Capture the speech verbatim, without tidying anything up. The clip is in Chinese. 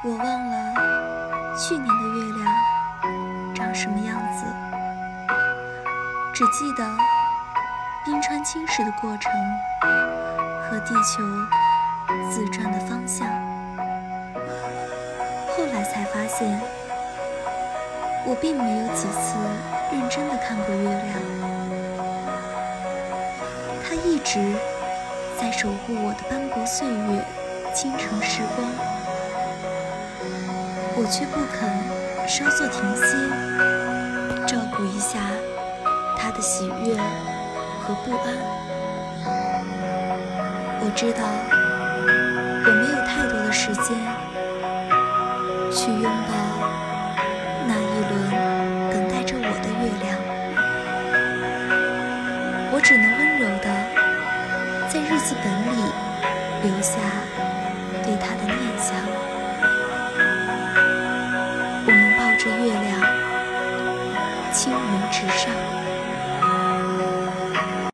我忘了去年的月亮长什么样子，只记得冰川侵蚀的过程和地球自转的方向。后来才发现，我并没有几次认真地看过月亮，它一直在守护我的斑驳岁月、倾城时光，我却不肯稍作停歇，照顾一下他的喜悦和不安。我知道我没有太多的时间去拥抱那一轮等待着我的月亮，我只能温柔地在日记本里留下对他的念想。我们抱着月亮，青云直上。